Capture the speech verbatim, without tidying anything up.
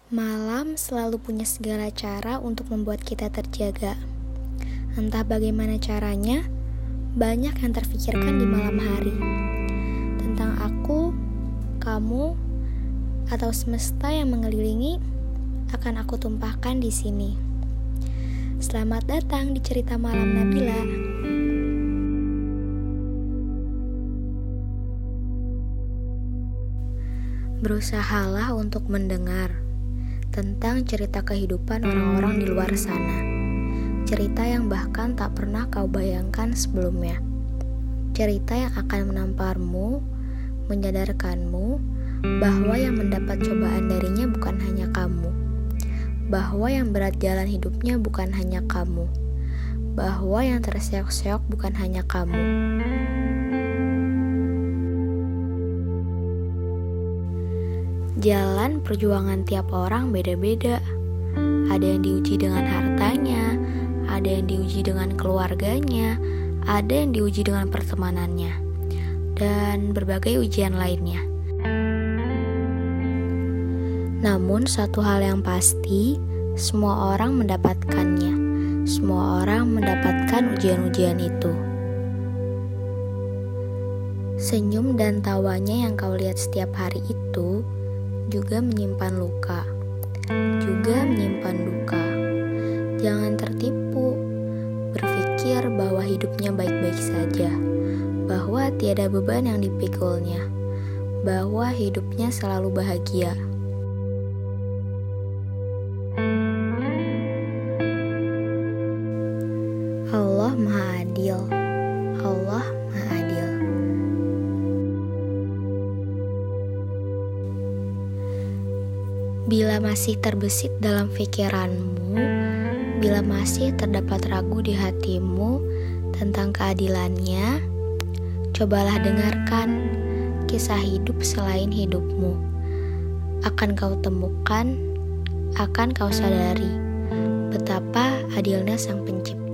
Malam selalu punya segala cara untuk membuat kita terjaga. Entah bagaimana caranya, banyak yang terfikirkan di malam hari. Tentang aku, kamu, atau semesta yang mengelilingi akan aku tumpahkan di sini. Selamat datang di cerita malam Nabila. Berusahalah untuk mendengar tentang cerita kehidupan orang-orang di luar sana. Cerita yang bahkan tak pernah kau bayangkan sebelumnya. Cerita yang akan menamparmu, menyadarkanmu bahwa yang mendapat cobaan darinya bukan hanya kamu. Bahwa yang berat jalan hidupnya bukan hanya kamu. Bahwa yang terseok-seok bukan hanya kamu. Jalan perjuangan tiap orang beda-beda. Ada yang diuji dengan hartanya, ada yang diuji dengan keluarganya, ada yang diuji dengan pertemanannya, dan berbagai ujian lainnya. Namun satu hal yang pasti, semua orang mendapatkannya. Semua orang mendapatkan ujian-ujian itu. Senyum dan tawanya yang kau lihat setiap hari itu juga menyimpan luka, juga menyimpan duka. Jangan tertipu, berpikir bahwa hidupnya baik-baik saja, bahwa tiada beban yang dipikulnya, bahwa hidupnya selalu bahagia. Allah Maha Adil. Allah Maha Adil. Bila masih terbesit dalam pikiranmu, bila masih terdapat ragu di hatimu tentang keadilannya, cobalah dengarkan kisah hidup selain hidupmu. Akan kau temukan, akan kau sadari betapa adilnya Sang Pencipta.